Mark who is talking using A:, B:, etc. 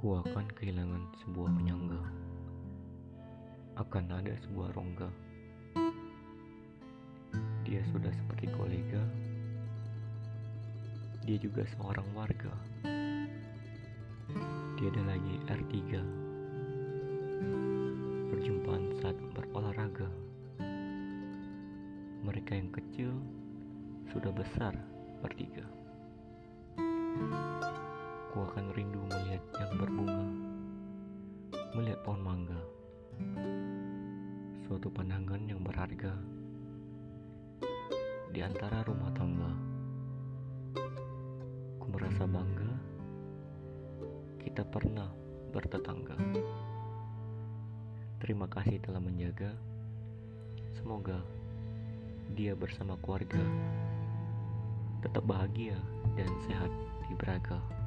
A: Ku akan kehilangan sebuah penyangga. Akan ada sebuah rongga. Dia sudah seperti kolega. Dia juga seorang warga. Tiada lagi R3. Perjumpaan saat berolahraga. Mereka yang kecil sudah besar bertiga. Ku akan rindu melihat yang berbunga, melihat pohon mangga, suatu pandangan yang berharga di antara rumah tangga. Ku merasa bangga kita pernah bertetangga. Terima kasih telah menjaga. Semoga dia bersama keluarga tetap bahagia dan sehat di Braga.